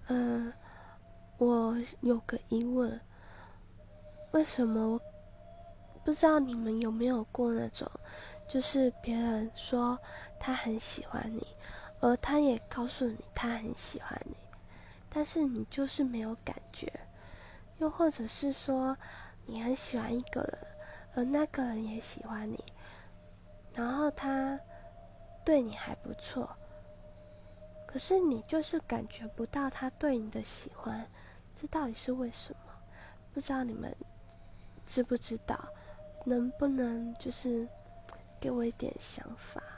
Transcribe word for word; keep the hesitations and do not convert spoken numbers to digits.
嗯、呃我有个疑问，为什么我不知道你们有没有过那种，就是别人说他很喜欢你，而他也告诉你他很喜欢你，但是你就是没有感觉。又或者是说你很喜欢一个人，而那个人也喜欢你，然后他对你还不错，可是你就是感觉不到他对你的喜欢，这到底是为什么？不知道你们知不知道？能不能就是给我一点想法？